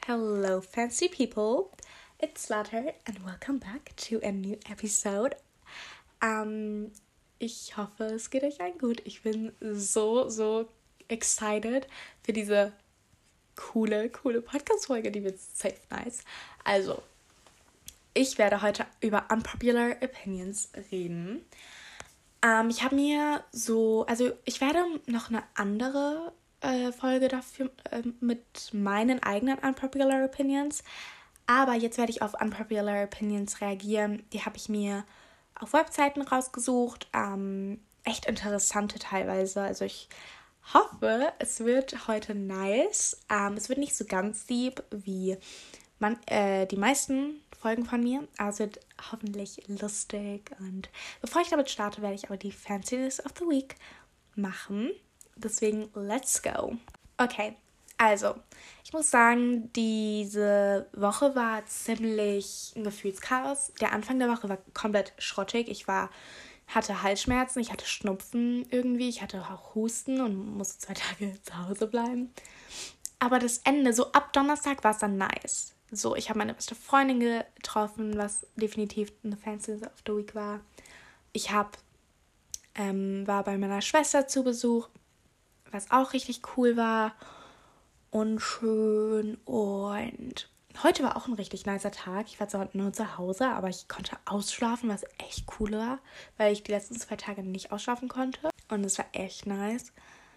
Hello, fancy people. It's Slatter and welcome back to a new episode. Ich hoffe, es geht euch allen gut. Ich bin so excited für diese coole Podcast-Folge, die wird safe nice. Also, ich werde heute über Unpopular Opinions reden. Ich werde noch eine andere Folge dafür mit meinen eigenen Unpopular Opinions. Aber jetzt werde ich auf Unpopular Opinions reagieren. Die habe ich mir auf Webseiten rausgesucht. Echt interessante teilweise. Also ich hoffe, es wird heute nice. Es wird nicht so ganz deep wie die meisten Folgen von mir. Aber es wird hoffentlich lustig. Und bevor ich damit starte, werde ich aber die Fanciness of the Week machen. Deswegen, let's go. Okay, also, ich muss sagen, diese Woche war ziemlich ein Gefühlschaos. Der Anfang der Woche war komplett schrottig. Ich hatte Halsschmerzen, ich hatte Schnupfen irgendwie, ich hatte auch Husten und musste 2 Tage zu Hause bleiben. Aber das Ende, so ab Donnerstag, war es dann nice. So, ich habe meine beste Freundin getroffen, was definitiv eine Fanciness of the Week war. Ich war bei meiner Schwester zu Besuch, was auch richtig cool war und schön. Und heute war auch ein richtig nicer Tag. Ich war zwar nur zu Hause, aber ich konnte ausschlafen, was echt cool war, weil ich die letzten 2 Tage nicht ausschlafen konnte. Und es war echt nice.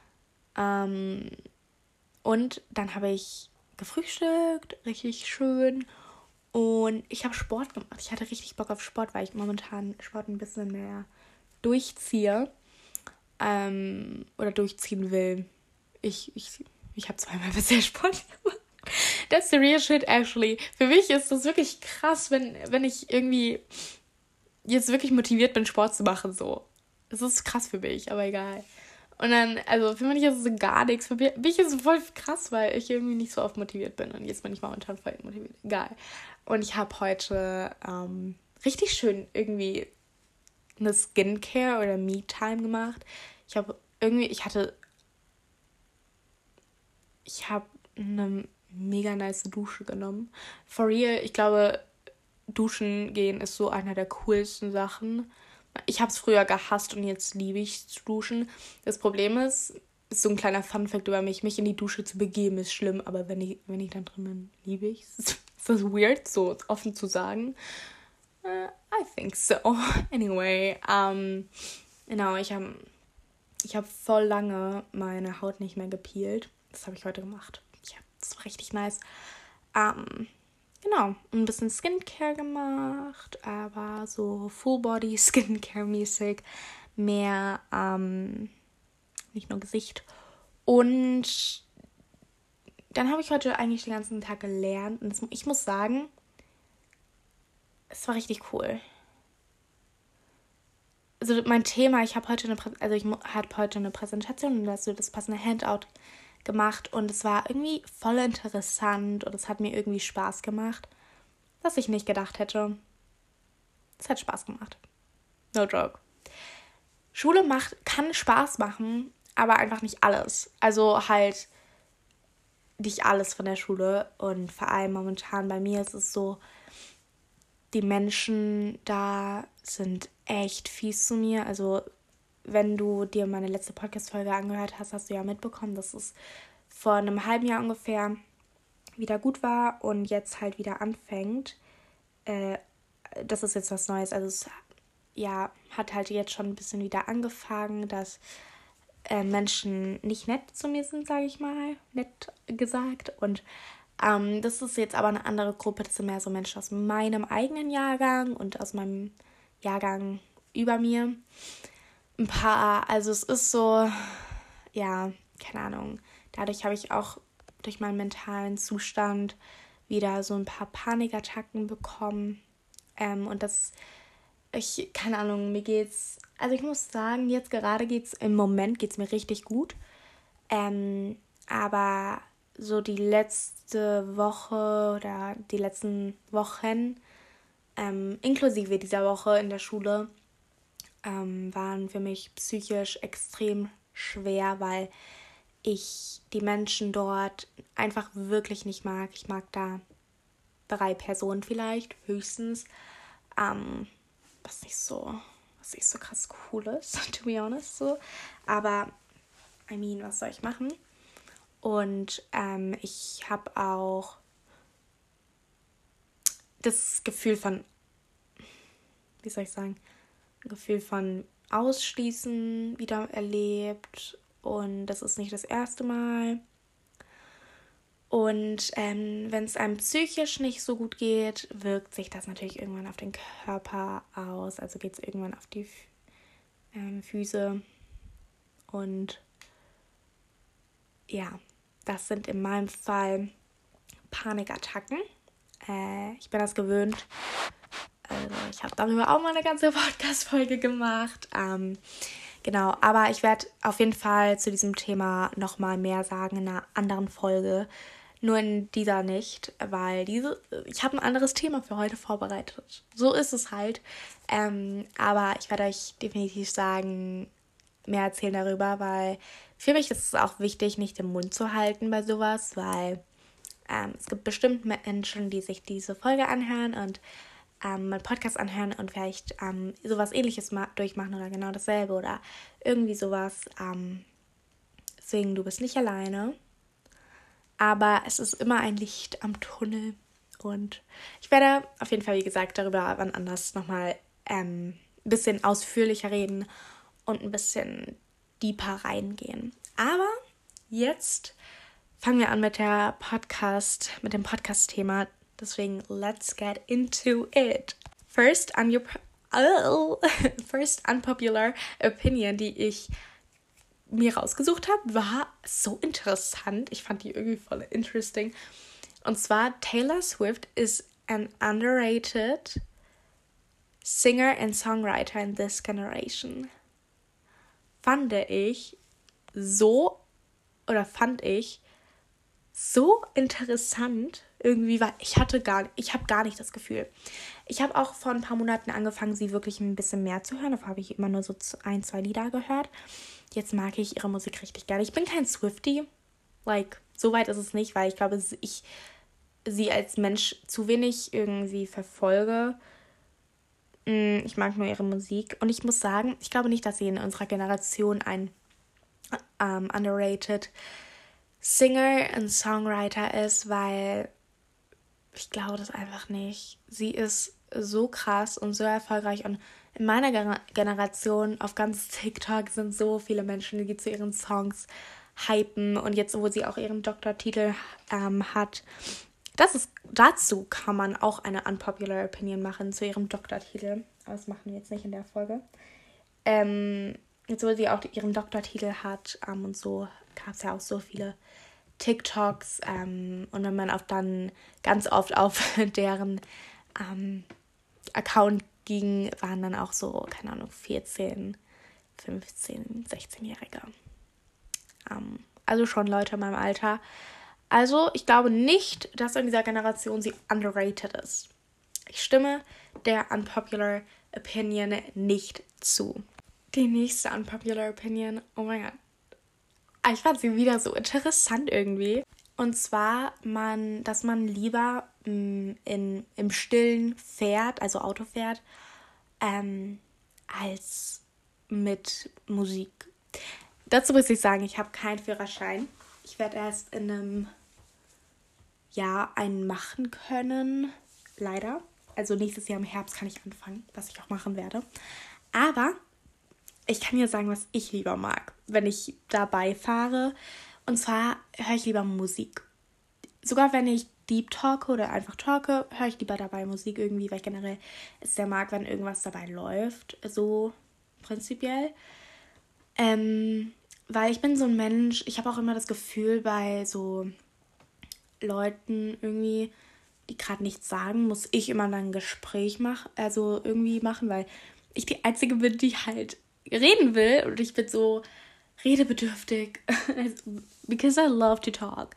Und dann habe ich gefrühstückt, richtig schön. Und ich habe Sport gemacht. Ich hatte richtig Bock auf Sport, weil ich momentan Sport ein bisschen mehr durchziehe. Oder durchziehen will. Ich habe zweimal bisher Sport gemacht. That's the real shit, actually. Für mich ist das wirklich krass, wenn ich irgendwie jetzt wirklich motiviert bin, Sport zu machen, so. Es ist krass für mich, aber egal. Und dann, also für mich ist es gar nichts. Für mich ist es voll krass, weil ich irgendwie nicht so oft motiviert bin. Und jetzt bin ich momentan voll motiviert. Egal. Und ich habe heute richtig schön irgendwie eine Skincare oder Me-Time gemacht. Ich habe eine mega nice Dusche genommen. For real, ich glaube, duschen gehen ist so einer der coolsten Sachen. Ich habe es früher gehasst und jetzt liebe ich zu duschen. Das Problem ist so ein kleiner Funfact über mich in die Dusche zu begeben ist schlimm, aber wenn ich dann drin bin, liebe ich es. Ist das weird, so offen zu sagen? I think so. Anyway, genau, ich habe voll lange meine Haut nicht mehr gepeelt. Das habe ich heute gemacht. Ja, das war richtig nice. Genau, ein bisschen Skincare gemacht, aber so Full-Body Skincare-mäßig. Mehr, nicht nur Gesicht. Und dann habe ich heute eigentlich den ganzen Tag gelernt. Und ich muss sagen, es war richtig cool. Also mein Thema, ich habe heute eine Präsentation und dazu das passende Handout gemacht und es war irgendwie voll interessant und es hat mir irgendwie Spaß gemacht, was ich nicht gedacht hätte. Es hat Spaß gemacht. No joke. Schule kann Spaß machen, aber einfach nicht alles. Also halt nicht alles von der Schule und vor allem momentan bei mir ist es so, die Menschen da sind echt fies zu mir. Also, wenn du dir meine letzte Podcast-Folge angehört hast, hast du ja mitbekommen, dass es vor einem halben Jahr ungefähr wieder gut war und jetzt halt wieder anfängt. Das ist jetzt was Neues. Also, es hat halt jetzt schon ein bisschen wieder angefangen, dass Menschen nicht nett zu mir sind, sage ich mal. Nett gesagt. Und das ist jetzt aber eine andere Gruppe, das sind mehr so Menschen aus meinem eigenen Jahrgang und aus meinem Jahrgang über mir. Ein paar, also es ist so, ja, keine Ahnung. Dadurch habe ich auch durch meinen mentalen Zustand wieder so ein paar Panikattacken bekommen. Keine Ahnung, ich muss sagen, jetzt gerade im Moment geht's mir richtig gut. Aber so die letzte Woche oder die letzten Wochen, inklusive dieser Woche in der Schule, waren für mich psychisch extrem schwer, weil ich die Menschen dort einfach wirklich nicht mag. Ich mag da 3 Personen vielleicht, höchstens, was nicht so krass cool ist, to be honest, so. Aber, was soll ich machen? Und ich habe auch das Gefühl von, Gefühl von Ausschließen wieder erlebt. Und das ist nicht das erste Mal. Und wenn es einem psychisch nicht so gut geht, wirkt sich das natürlich irgendwann auf den Körper aus. Also geht es irgendwann auf die Füße. Und ja, das sind in meinem Fall Panikattacken. Ich bin das gewöhnt. Also ich habe darüber auch mal eine ganze Podcast-Folge gemacht. Genau, aber ich werde auf jeden Fall zu diesem Thema nochmal mehr sagen in einer anderen Folge. Nur in dieser nicht, weil ich habe ein anderes Thema für heute vorbereitet. So ist es halt. Aber ich werde euch definitiv mehr erzählen darüber, weil für mich ist es auch wichtig, nicht den Mund zu halten bei sowas, weil es gibt bestimmt Menschen, die sich diese Folge anhören und meinen Podcast anhören und vielleicht sowas Ähnliches durchmachen oder genau dasselbe oder irgendwie sowas. Deswegen, du bist nicht alleine. Aber es ist immer ein Licht am Tunnel. Und ich werde auf jeden Fall, wie gesagt, darüber wann anders nochmal ein bisschen ausführlicher reden und ein bisschen deeper reingehen. Aber jetzt fangen wir an mit dem Podcast-Thema. Deswegen, let's get into it. First unpopular opinion, die ich mir rausgesucht habe, war so interessant. Ich fand die irgendwie voll interesting. Und zwar, Taylor Swift is an underrated singer and songwriter in this generation. Fand ich so interessant irgendwie, weil ich habe gar nicht das Gefühl. Ich habe auch vor ein paar Monaten angefangen, sie wirklich ein bisschen mehr zu hören. Davor habe ich immer nur so 1, 2 Lieder gehört. Jetzt mag ich ihre Musik richtig gerne. Ich bin kein Swiftie. So weit ist es nicht, weil ich glaube, ich sie als Mensch zu wenig irgendwie verfolge. Ich mag nur ihre Musik. Und ich muss sagen, ich glaube nicht, dass sie in unserer Generation ein underrated Singer und Songwriter ist, weil ich glaube das einfach nicht. Sie ist so krass und so erfolgreich und in meiner Generation auf ganz TikTok sind so viele Menschen, die zu ihren Songs hypen und jetzt, wo sie auch ihren Doktortitel hat, dazu kann man auch eine unpopular Opinion machen zu ihrem Doktortitel, aber das machen wir jetzt nicht in der Folge. Jetzt, wo sie auch ihren Doktortitel hat und so, gab es ja auch so viele TikToks und wenn man auch dann ganz oft auf deren Account ging, waren dann auch so, keine Ahnung, 14, 15, 16-Jährige. Also schon Leute in meinem Alter. Also ich glaube nicht, dass in dieser Generation sie underrated ist. Ich stimme der unpopular Opinion nicht zu. Die nächste unpopular Opinion, oh mein Gott. Ich fand sie wieder so interessant irgendwie. Und zwar, dass man lieber im Stillen fährt, also Auto fährt, als mit Musik. Dazu muss ich sagen, ich habe keinen Führerschein. Ich werde erst in einem Jahr einen machen können. Leider. Also nächstes Jahr im Herbst kann ich anfangen, was ich auch machen werde. Aber ich kann dir sagen, was ich lieber mag, wenn ich dabei fahre. Und zwar höre ich lieber Musik. Sogar wenn ich deep talke oder einfach talke, höre ich lieber dabei Musik irgendwie, weil ich generell es sehr mag, wenn irgendwas dabei läuft. So prinzipiell. Weil ich bin so ein Mensch, ich habe auch immer das Gefühl, bei so Leuten irgendwie, die gerade nichts sagen, muss ich immer dann ein Gespräch machen, weil ich die Einzige bin, die halt reden will und ich bin so redebedürftig. Because I love to talk.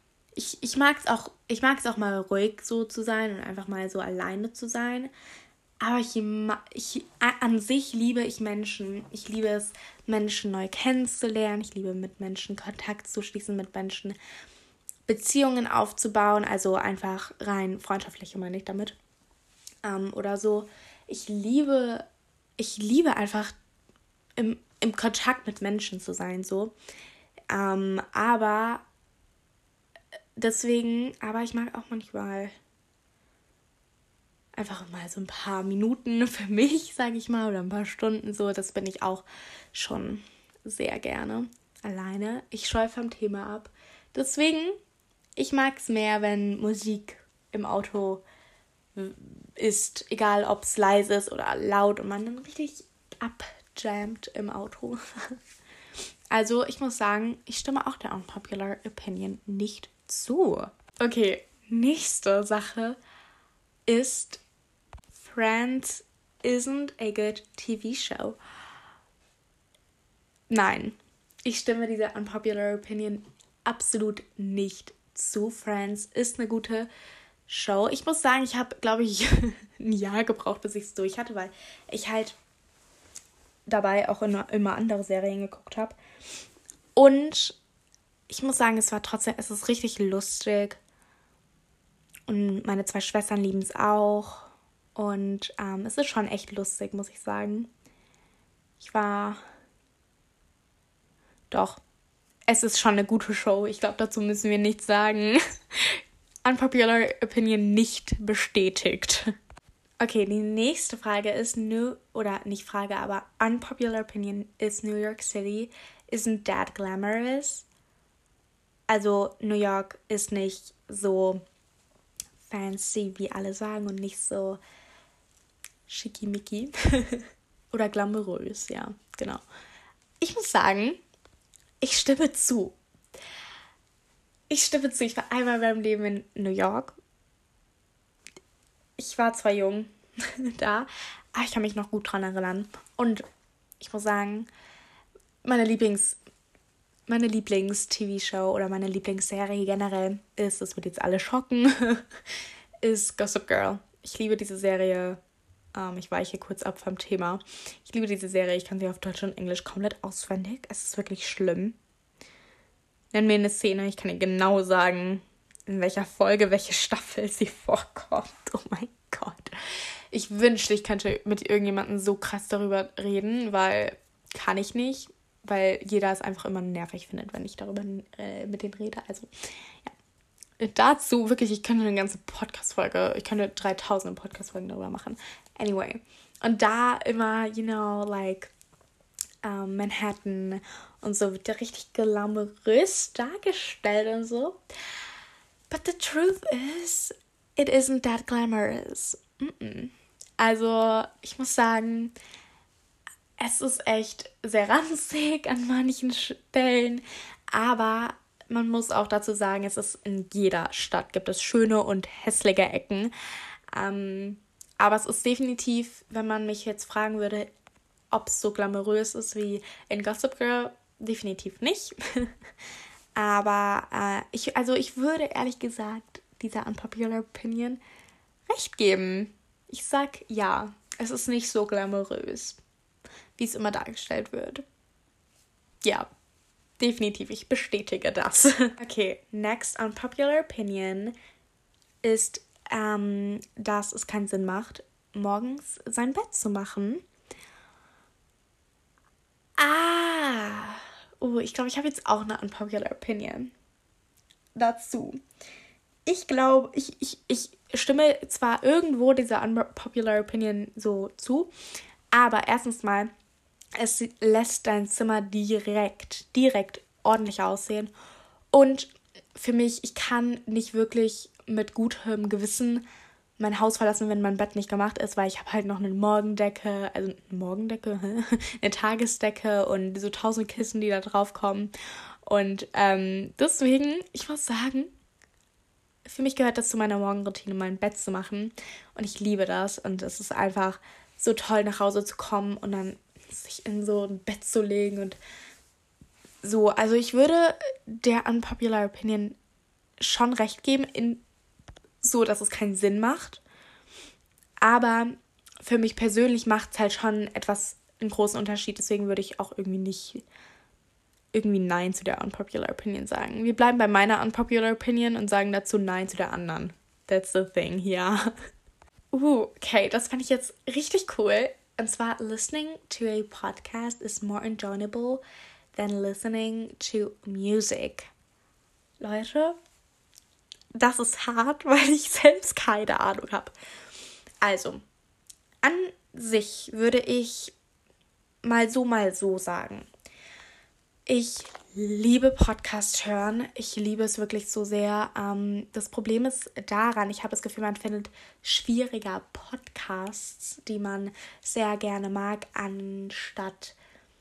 Ich mag es auch mal ruhig so zu sein und einfach mal so alleine zu sein. Aber an sich liebe ich Menschen. Ich liebe es, Menschen neu kennenzulernen. Ich liebe, mit Menschen Kontakt zu schließen, mit Menschen Beziehungen aufzubauen. Also einfach rein freundschaftliche meine ich damit. Oder so. Ich liebe einfach im Kontakt mit Menschen zu sein, so. Aber ich mag auch manchmal einfach mal so ein paar Minuten für mich, sage ich mal, oder ein paar Stunden so. Das bin ich auch schon sehr gerne alleine. Ich schweife vom Thema ab. Deswegen, ich mag es mehr, wenn Musik im Auto ist, egal ob es leise ist oder laut und man dann richtig abjammt im Auto. Also, ich muss sagen, ich stimme auch der Unpopular Opinion nicht zu. Okay, nächste Sache ist Friends isn't a good TV show. Nein, ich stimme dieser Unpopular Opinion absolut nicht zu. Friends ist eine gute Show. Ich muss sagen, ich habe, glaube ich, ein Jahr gebraucht, bis ich es durch hatte, weil ich halt dabei auch immer andere Serien geguckt habe. Und ich muss sagen, es ist richtig lustig. Und meine 2 Schwestern lieben es auch. Und es ist schon echt lustig, muss ich sagen. Doch, es ist schon eine gute Show. Ich glaube, dazu müssen wir nichts sagen. Unpopular Opinion nicht bestätigt. Okay, die nächste Frage ist Unpopular Opinion ist New York City isn't that glamorous. Also New York ist nicht so fancy, wie alle sagen, und nicht so schickimicki oder glamourös, ja, genau. Ich muss sagen, ich stimme zu. Ich war einmal in meinem Leben in New York. Ich war zwar jung da, aber ich kann mich noch gut dran erinnern. Und ich muss sagen, meine Lieblings-TV-Show oder meine Lieblingsserie generell ist, das wird jetzt alle schocken, ist Gossip Girl. Ich liebe diese Serie. Ich weiche kurz ab vom Thema. Ich liebe diese Serie. Ich kann sie auf Deutsch und Englisch komplett auswendig. Es ist wirklich schlimm. Nenn mir eine Szene. Ich kann dir genau sagen, in welcher Folge, welche Staffel sie vorkommt. Oh mein Gott. Ich wünschte, ich könnte mit irgendjemandem so krass darüber reden, weil kann ich nicht. Weil jeder es einfach immer nervig findet, wenn ich darüber mit denen rede. Also, ja. Dazu wirklich, ich könnte 3000 Podcast-Folgen darüber machen. Anyway. Und da immer, Manhattan und so wird ja richtig glamourös dargestellt und so. But the truth is, it isn't that glamorous. Also, ich muss sagen, es ist echt sehr ranzig an manchen Stellen, aber man muss auch dazu sagen, in jeder Stadt gibt es schöne und hässliche Ecken. Aber es ist definitiv, wenn man mich jetzt fragen würde, ob es so glamourös ist wie in Gossip Girl, definitiv nicht. Aber ich würde ehrlich gesagt dieser Unpopular Opinion recht geben. Ich sag ja, es ist nicht so glamourös, wie es immer dargestellt wird. Ja, definitiv, ich bestätige das. Okay, next Unpopular Opinion ist, dass es keinen Sinn macht, morgens sein Bett zu machen. Ich glaube, ich habe jetzt auch eine Unpopular Opinion dazu. Ich glaube, ich stimme zwar irgendwo dieser Unpopular Opinion so zu, aber erstens mal, es lässt dein Zimmer direkt ordentlich aussehen. Und für mich, ich kann nicht wirklich mit gutem Gewissen mein Haus verlassen, wenn mein Bett nicht gemacht ist, weil ich habe halt noch eine eine Tagesdecke und so 1000 Kissen, die da drauf kommen. Und deswegen, ich muss sagen, für mich gehört das zu meiner Morgenroutine, mein Bett zu machen. Und ich liebe das. Und es ist einfach so toll, nach Hause zu kommen und dann sich in so ein Bett zu legen und so. Also ich würde der Unpopular Opinion schon recht geben, so dass es keinen Sinn macht. Aber für mich persönlich macht es halt schon einen großen Unterschied. Deswegen würde ich auch nicht Nein zu der Unpopular Opinion sagen. Wir bleiben bei meiner Unpopular Opinion und sagen dazu Nein zu der anderen. That's the thing, ja. Okay, das fand ich jetzt richtig cool. Und zwar, listening to a podcast is more enjoyable than listening to music. Leute, das ist hart, weil ich selbst keine Ahnung habe. Also, an sich würde ich mal so sagen. Ich liebe Podcast hören. Ich liebe es wirklich so sehr. Das Problem ist daran, ich habe das Gefühl, man findet schwieriger Podcasts, die man sehr gerne mag, anstatt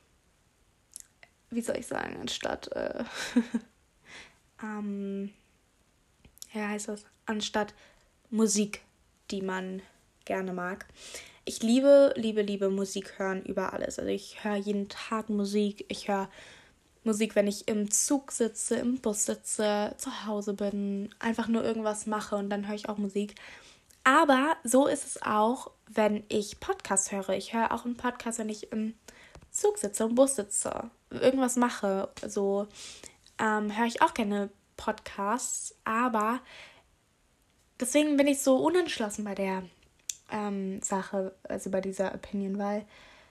Musik, die man gerne mag. Ich liebe Musik hören über alles. Also ich höre jeden Tag Musik. Ich höre Musik, wenn ich im Zug sitze, im Bus sitze, zu Hause bin, einfach nur irgendwas mache und dann höre ich auch Musik. Aber so ist es auch, wenn ich Podcasts höre. Ich höre auch einen Podcast, wenn ich im Zug sitze, im Bus sitze, irgendwas mache. So höre ich auch gerne Podcasts, aber deswegen bin ich so unentschlossen bei der Sache, also bei dieser Opinion, weil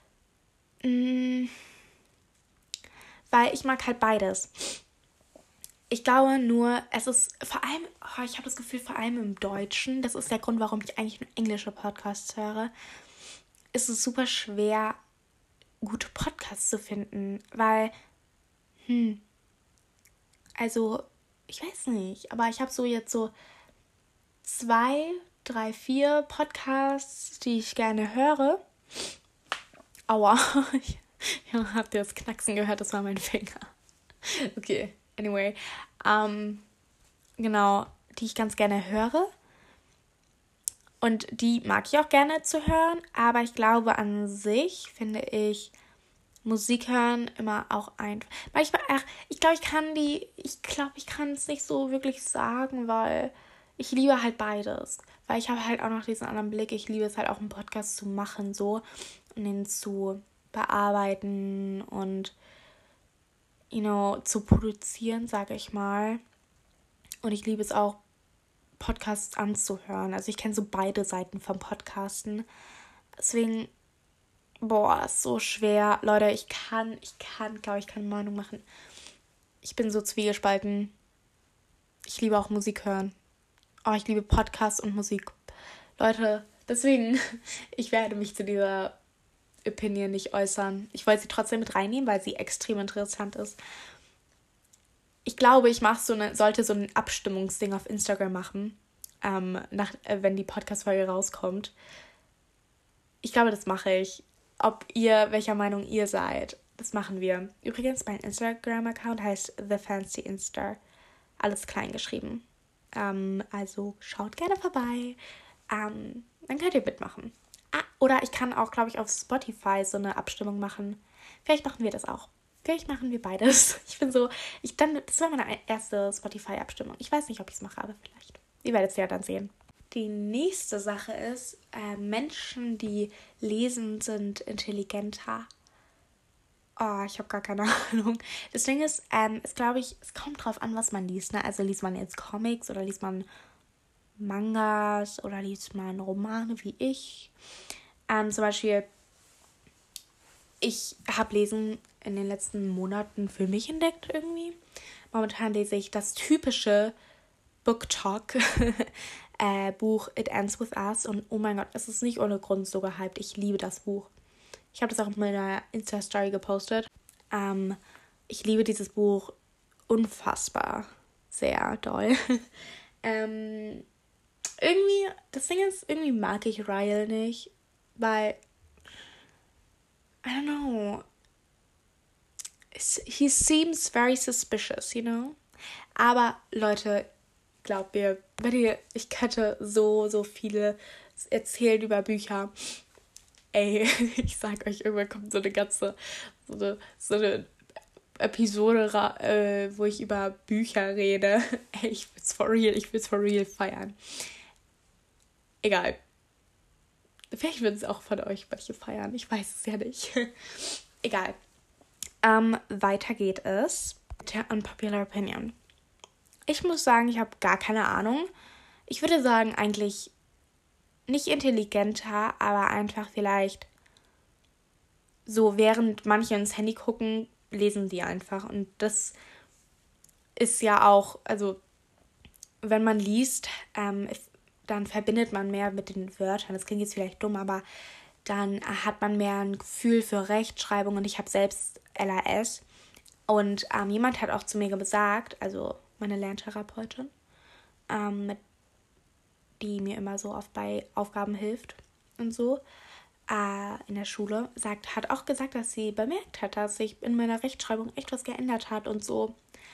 ich mag halt beides. Ich glaube nur, es ist vor allem, ich habe das Gefühl, vor allem im Deutschen, das ist der Grund, warum ich eigentlich nur englische Podcasts höre, ist es super schwer, gute Podcasts zu finden, weil, also, ich weiß nicht, aber ich habe so jetzt so 2, 3, 4 Podcasts, die ich gerne höre. Aua, ja, habt ihr das Knacksen gehört? Das war mein Finger. Okay, anyway. Genau, die ich ganz gerne höre. Und die mag ich auch gerne zu hören. Aber ich glaube, an sich finde ich Musik hören immer auch einfach. Ich glaube, ich kann es nicht so wirklich sagen, weil ich liebe halt beides. Weil ich habe halt auch noch diesen anderen Blick. Ich liebe es halt auch, einen Podcast zu machen, so. Und den zu bearbeiten und, zu produzieren, sage ich mal. Und ich liebe es auch, Podcasts anzuhören. Also ich kenne so beide Seiten vom Podcasten. Deswegen, ist so schwer. Leute, ich kann, glaube ich, keine Meinung machen. Ich bin so zwiegespalten. Ich liebe auch Musik hören. Ich liebe Podcasts und Musik. Leute, deswegen, ich werde mich zu dieser Opinion nicht äußern. Ich wollte sie trotzdem mit reinnehmen, weil sie extrem interessant ist. Ich glaube, ich sollte so ein Abstimmungsding auf Instagram machen, wenn die Podcast-Folge rauskommt. Ich glaube, das mache ich. Welcher Meinung ihr seid, das machen wir. Übrigens, mein Instagram-Account heißt TheFancyInsta. Alles klein geschrieben. Also schaut gerne vorbei. Dann könnt ihr mitmachen. Oder ich kann auch, glaube ich, auf Spotify so eine Abstimmung machen. Vielleicht machen wir das auch. Vielleicht machen wir beides. Das war meine erste Spotify-Abstimmung. Ich weiß nicht, ob ich es mache, aber vielleicht. Ihr werdet es ja dann sehen. Die nächste Sache ist, Menschen, die lesen, sind intelligenter. Ich habe gar keine Ahnung. Das Ding ist, glaube ich, es kommt drauf an, was man liest. Ne? Also liest man jetzt Comics oder liest man Mangas oder liest man Romane wie ich. Zum Beispiel, ich habe Lesen in den letzten Monaten für mich entdeckt irgendwie. Momentan lese ich das typische Book Talk Buch It Ends With Us und oh mein Gott, es ist nicht ohne Grund so gehypt. Ich liebe das Buch. Ich habe das auch in meiner Insta-Story gepostet. Ich liebe dieses Buch unfassbar sehr doll. Das Ding ist, irgendwie mag ich Ryle nicht, weil, I don't know, he seems very suspicious, Aber Leute, glaubt mir, ich könnte so viele erzählen über Bücher. Ey, ich sag euch, irgendwann kommt so eine Episode, wo ich über Bücher rede. Ey, ich will's for real feiern. Egal. Vielleicht wird es auch von euch welche feiern. Ich weiß es ja nicht. Egal. Weiter geht es mit der Unpopular Opinion. Ich muss sagen, ich habe gar keine Ahnung. Ich würde sagen, eigentlich nicht intelligenter, aber einfach vielleicht so, während manche ins Handy gucken, lesen die einfach. Und das ist ja auch, also wenn man liest, dann verbindet man mehr mit den Wörtern. Das klingt jetzt vielleicht dumm, aber dann hat man mehr ein Gefühl für Rechtschreibung. Und ich habe selbst LAS. Und jemand hat auch zu mir gesagt, also meine Lerntherapeutin, die mir immer so oft bei Aufgaben hilft und so, in der Schule, hat auch gesagt, dass sie bemerkt hat, dass sich in meiner Rechtschreibung echt was geändert hat und so.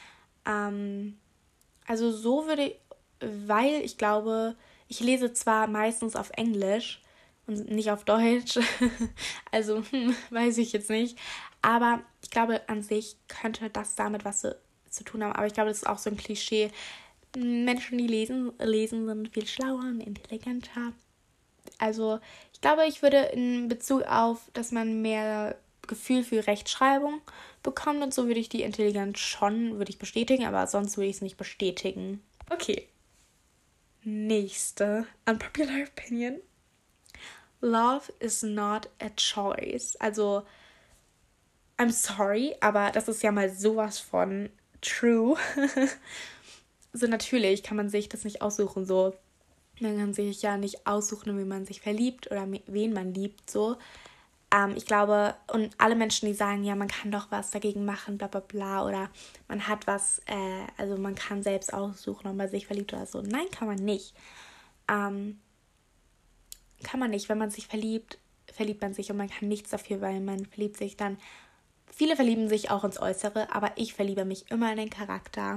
Also so würde ich, weil ich glaube, ich lese zwar meistens auf Englisch und nicht auf Deutsch, also weiß ich jetzt nicht, aber ich glaube, an sich könnte das damit was zu tun haben, aber ich glaube, das ist auch so ein Klischee. Menschen, die lesen, sind viel schlauer und intelligenter. Also ich glaube, ich würde in Bezug auf, dass man mehr Gefühl für Rechtschreibung bekommt und so, würde ich die Intelligenz schon, würde ich bestätigen, aber sonst würde ich es nicht bestätigen. Okay. Nächste unpopular opinion. Love is not a choice. Also, I'm sorry, aber das ist ja mal sowas von true. So, natürlich kann man sich das nicht aussuchen, so. Man kann sich ja nicht aussuchen, wie man sich verliebt oder wen man liebt, so. Ich glaube, und alle Menschen, die sagen, ja, man kann doch was dagegen machen, bla bla bla, oder man hat was, also man kann selbst aussuchen, ob man sich verliebt oder so. Nein, kann man nicht. Kann man nicht. Wenn man sich verliebt, verliebt man sich und man kann nichts dafür, weil man verliebt sich dann. Viele verlieben sich auch ins Äußere, aber ich verliebe mich immer in den Charakter.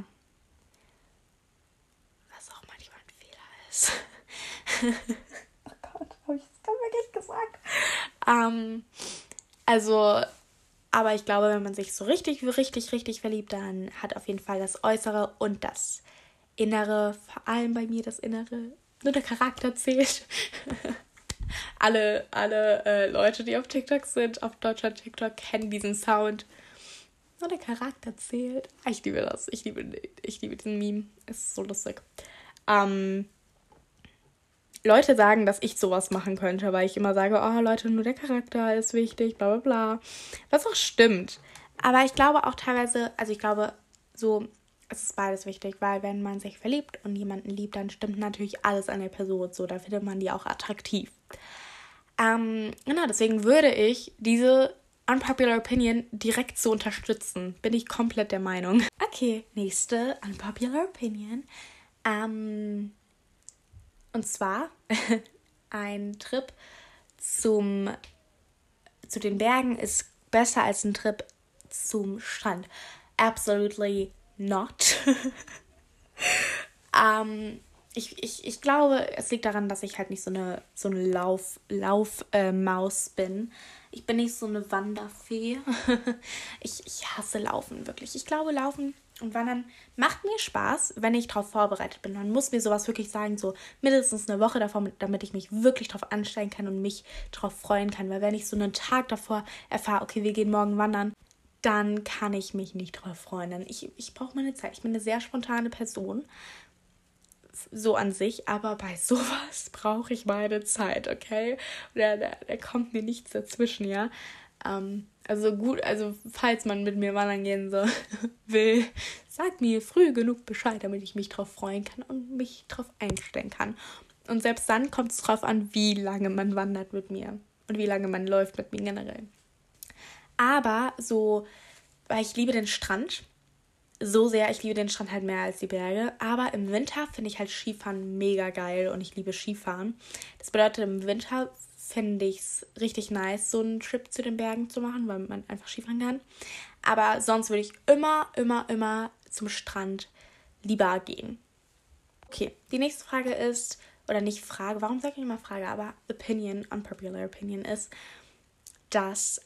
Was auch manchmal ein Fehler ist. Oh Gott, habe ich das gerade wirklich gesagt? Also, aber ich glaube, wenn man sich so richtig verliebt, dann hat auf jeden Fall das Äußere und das Innere, vor allem bei mir das Innere, nur der Charakter zählt. alle Leute, die auf TikTok sind, auf Deutschland TikTok, kennen diesen Sound. Nur der Charakter zählt. Ich liebe das. Ich liebe diesen Meme. Es ist so lustig. Leute sagen, dass ich sowas machen könnte, weil ich immer sage, oh Leute, nur der Charakter ist wichtig, bla bla bla. Was auch stimmt. Aber ich glaube auch teilweise, also ich glaube so, es ist beides wichtig, weil wenn man sich verliebt und jemanden liebt, dann stimmt natürlich alles an der Person so, da findet man die auch attraktiv. Genau, deswegen würde ich diese unpopular opinion direkt so unterstützen. Bin ich komplett der Meinung. Okay, nächste unpopular opinion. Und zwar ein Trip zu den Bergen ist besser als ein Trip zum Strand. Absolutely not. Ich glaube, es liegt daran, dass ich halt nicht so eine Laufmaus bin. Ich bin nicht so eine Wanderfee. Ich hasse Laufen, wirklich. Ich glaube, Laufen und Wandern macht mir Spaß, wenn ich darauf vorbereitet bin. Man muss mir sowas wirklich sagen, so mindestens eine Woche davor, damit ich mich wirklich darauf anstellen kann und mich darauf freuen kann. Weil wenn ich so einen Tag davor erfahre, okay, wir gehen morgen wandern, dann kann ich mich nicht darauf freuen. Denn ich brauche meine Zeit. Ich bin eine sehr spontane Person. So an sich, aber bei sowas brauche ich meine Zeit, okay? Da kommt mir nichts dazwischen, ja? Also gut, also falls man mit mir wandern gehen so will, sagt mir früh genug Bescheid, damit ich mich drauf freuen kann und mich drauf einstellen kann. Und selbst dann kommt es drauf an, wie lange man wandert mit mir und wie lange man läuft mit mir generell. Aber so, weil ich liebe den Strand so sehr, ich liebe den Strand halt mehr als die Berge, aber im Winter finde ich halt Skifahren mega geil und ich liebe Skifahren. Das bedeutet, im Winter finde ich es richtig nice, so einen Trip zu den Bergen zu machen, weil man einfach Skifahren kann. Aber sonst würde ich immer zum Strand lieber gehen. Okay, die nächste Frage ist, oder nicht Frage, warum sage ich immer Frage, aber Opinion, unpopular Opinion ist, dass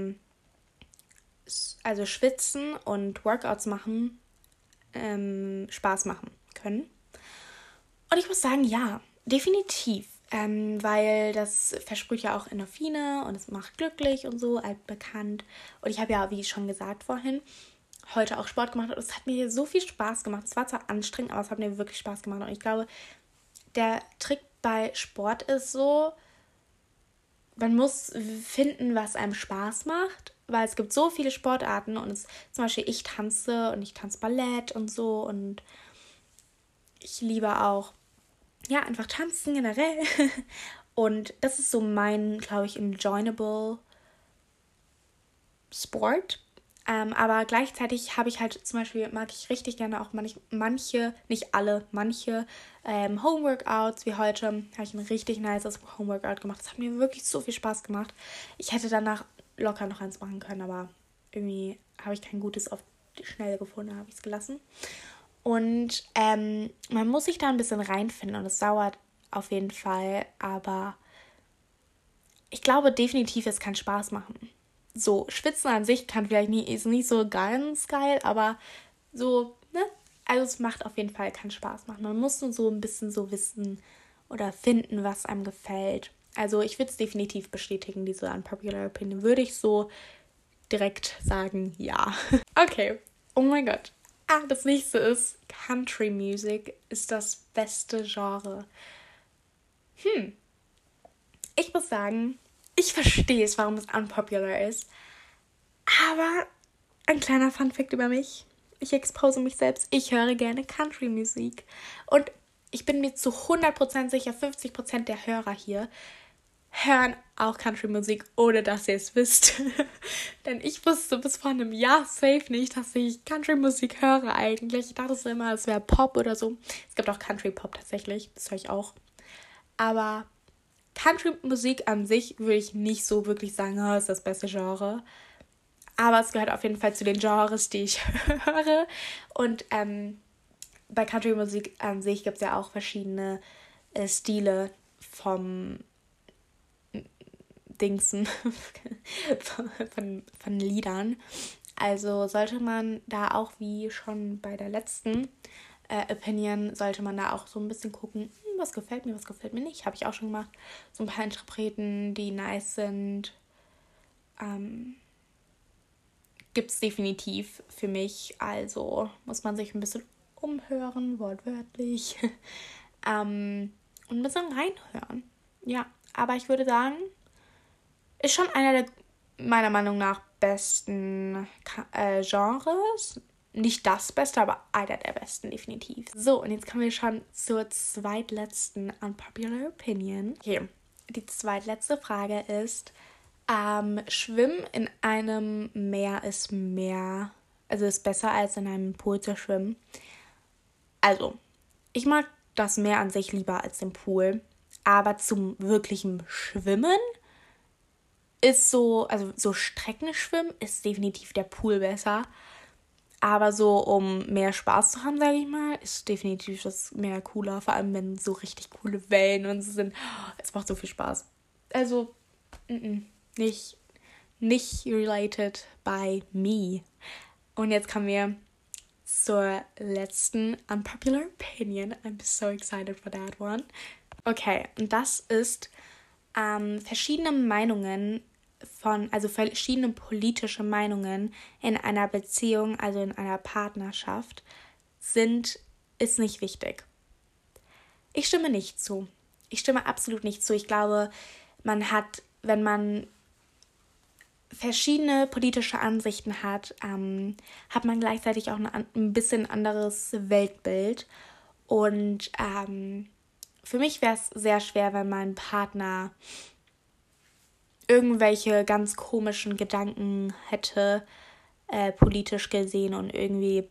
also Schwitzen und Workouts machen Spaß machen können. Und ich muss sagen, ja, definitiv. weil das versprüht ja auch Endorphine und es macht glücklich und so, altbekannt. Und ich habe ja, wie schon gesagt vorhin, heute auch Sport gemacht und es hat mir so viel Spaß gemacht. Es war zwar anstrengend, aber es hat mir wirklich Spaß gemacht. Und ich glaube, der Trick bei Sport ist so, man muss finden, was einem Spaß macht, weil es gibt so viele Sportarten und zum Beispiel ich tanze und ich tanze Ballett und so und ich liebe auch, ja, einfach tanzen generell. Und das ist so mein, glaube ich, enjoyable Sport. Aber gleichzeitig habe ich halt zum Beispiel, mag ich richtig gerne auch manche, nicht alle, manche Homeworkouts wie heute. Habe ich ein richtig nices Homeworkout gemacht. Das hat mir wirklich so viel Spaß gemacht. Ich hätte danach locker noch eins machen können, aber irgendwie habe ich kein gutes auf die Schnelle gefunden, habe ich es gelassen. Und man muss sich da ein bisschen reinfinden und es dauert auf jeden Fall, aber ich glaube definitiv, es kann Spaß machen. So, Schwitzen an sich ist nicht so ganz geil, aber so, ne? Also es macht auf jeden Fall, kann Spaß machen. Man muss nur so ein bisschen so wissen oder finden, was einem gefällt. Also ich würde es definitiv bestätigen, diese unpopular opinion. Würde ich so direkt sagen, ja. Okay, oh mein Gott. Das nächste ist, Country Music ist das beste Genre. Ich muss sagen, ich verstehe es, warum es unpopular ist. Aber ein kleiner Funfact über mich. Ich expose mich selbst. Ich höre gerne Country-Musik. Und ich bin mir zu 100% sicher, 50% der Hörer hier hören auch Country-Musik, ohne dass ihr es wisst. Denn ich wusste bis vor einem Jahr safe nicht, dass ich Country-Musik höre eigentlich. Ich dachte immer, es wäre Pop oder so. Es gibt auch Country-Pop tatsächlich. Das höre ich auch. Aber Country-Musik an sich würde ich nicht so wirklich sagen, ist das beste Genre. Aber es gehört auf jeden Fall zu den Genres, die ich höre. Und bei Country-Musik an sich gibt es ja auch verschiedene Stile vom Dingsen, von Liedern. Also sollte man da auch, wie schon bei der letzten Opinion, sollte man da auch so ein bisschen gucken, was gefällt mir nicht. Habe ich auch schon gemacht. So ein paar Interpreten, die nice sind. Gibt es definitiv für mich. Also muss man sich ein bisschen umhören, wortwörtlich. Und ein bisschen reinhören. Ja, aber ich würde sagen, ist schon einer der meiner Meinung nach besten Genres. Nicht das Beste, aber einer der besten definitiv. So, und jetzt kommen wir schon zur zweitletzten unpopular opinion. Okay, die zweitletzte Frage ist, Schwimmen in einem Meer ist besser als in einem Pool zu schwimmen. Also, ich mag das Meer an sich lieber als den Pool, aber zum wirklichen Schwimmen ist so Streckenschwimmen ist definitiv der Pool besser. Aber so, um mehr Spaß zu haben, sage ich mal, ist definitiv das Meer cooler. Vor allem, wenn so richtig coole Wellen und so sind. Es macht so viel Spaß. Also, nicht related by me. Und jetzt kommen wir zur letzten unpopular opinion. I'm so excited for that one. Okay, und das ist verschiedene politische Meinungen in einer Beziehung, also in einer Partnerschaft, ist nicht wichtig. Ich stimme nicht zu. Ich stimme absolut nicht zu. Ich glaube, wenn man verschiedene politische Ansichten hat, hat man gleichzeitig auch ein bisschen anderes Weltbild. Und für mich wäre es sehr schwer, wenn mein Partner irgendwelche ganz komischen Gedanken hätte, politisch gesehen und irgendwie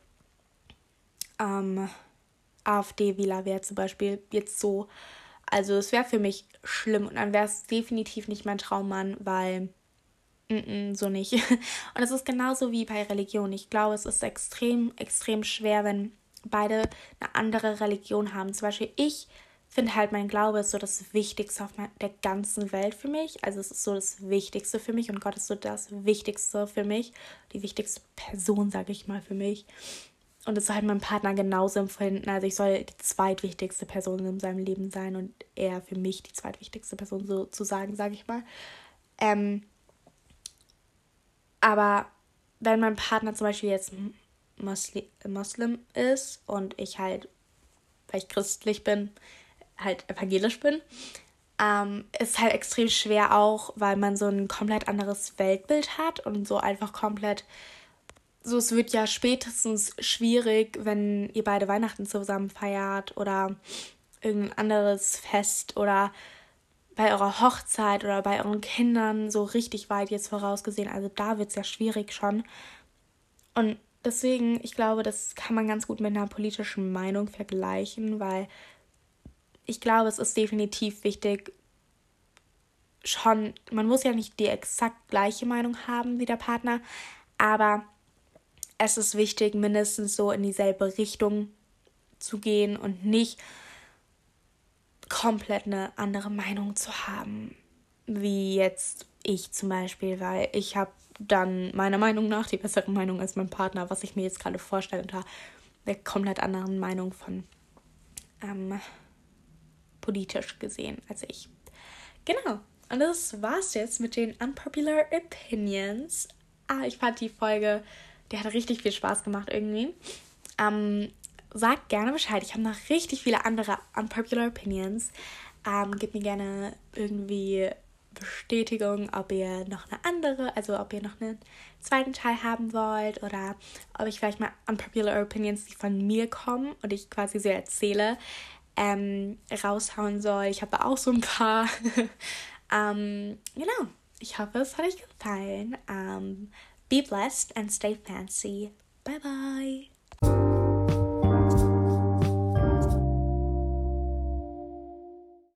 AfD-Wähler wäre zum Beispiel jetzt so. Also es wäre für mich schlimm und dann wäre es definitiv nicht mein Traummann, weil so nicht. Und es ist genauso wie bei Religion. Ich glaube, es ist extrem, extrem schwer, wenn beide eine andere Religion haben. Zum Beispiel ich finde halt, mein Glaube ist so das Wichtigste auf der ganzen Welt für mich. Also es ist so das Wichtigste für mich und Gott ist so das Wichtigste für mich. Die wichtigste Person, sage ich mal, für mich. Und es soll halt mein Partner genauso empfinden. Also ich soll die zweitwichtigste Person in seinem Leben sein und er für mich die zweitwichtigste Person sozusagen, sage ich mal. Aber wenn mein Partner zum Beispiel jetzt Moslem ist und ich halt, weil ich christlich bin, halt evangelisch bin, ist halt extrem schwer auch, weil man so ein komplett anderes Weltbild hat und so einfach komplett, so es wird ja spätestens schwierig, wenn ihr beide Weihnachten zusammen feiert oder irgendein anderes Fest oder bei eurer Hochzeit oder bei euren Kindern so richtig weit jetzt vorausgesehen. Also da wird es ja schwierig schon. Und deswegen, ich glaube, das kann man ganz gut mit einer politischen Meinung vergleichen, weil ich glaube, es ist definitiv wichtig, schon, man muss ja nicht die exakt gleiche Meinung haben wie der Partner, aber es ist wichtig, mindestens so in dieselbe Richtung zu gehen und nicht komplett eine andere Meinung zu haben, wie jetzt ich zum Beispiel, weil ich habe dann meiner Meinung nach die bessere Meinung als mein Partner, was ich mir jetzt gerade vorstelle, unter der komplett anderen Meinung von politisch gesehen als ich. Genau. Und das war's jetzt mit den Unpopular Opinions. Ich fand die Folge, die hat richtig viel Spaß gemacht irgendwie. Sagt gerne Bescheid. Ich habe noch richtig viele andere Unpopular Opinions. Gebt mir gerne irgendwie Bestätigung, ob ihr noch eine andere, also ob ihr noch einen zweiten Teil haben wollt oder ob ich vielleicht mal Unpopular Opinions, die von mir kommen und ich quasi so erzähle, raushauen soll. Ich habe da auch so ein paar. Genau. Ich hoffe, es hat euch gefallen. Be blessed and stay fancy. Bye bye.